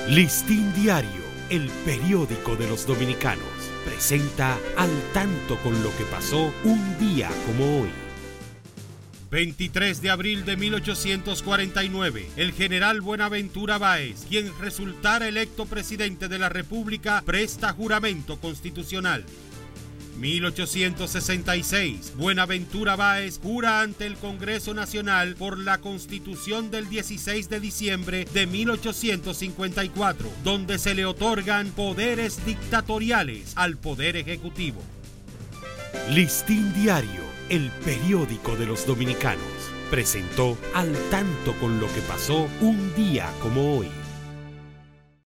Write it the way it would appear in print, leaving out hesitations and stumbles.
Listín Diario, el periódico de los dominicanos, presenta Al tanto con lo que pasó un día como hoy. 23 de abril de 1849, el general Buenaventura Báez, quien resultara electo presidente de la República, presta juramento constitucional. 1866, Buenaventura Báez jura ante el Congreso Nacional por la Constitución del 16 de diciembre de 1854, donde se le otorgan poderes dictatoriales al Poder Ejecutivo. Listín Diario, el periódico de los dominicanos, presentó Al tanto con lo que pasó un día como hoy.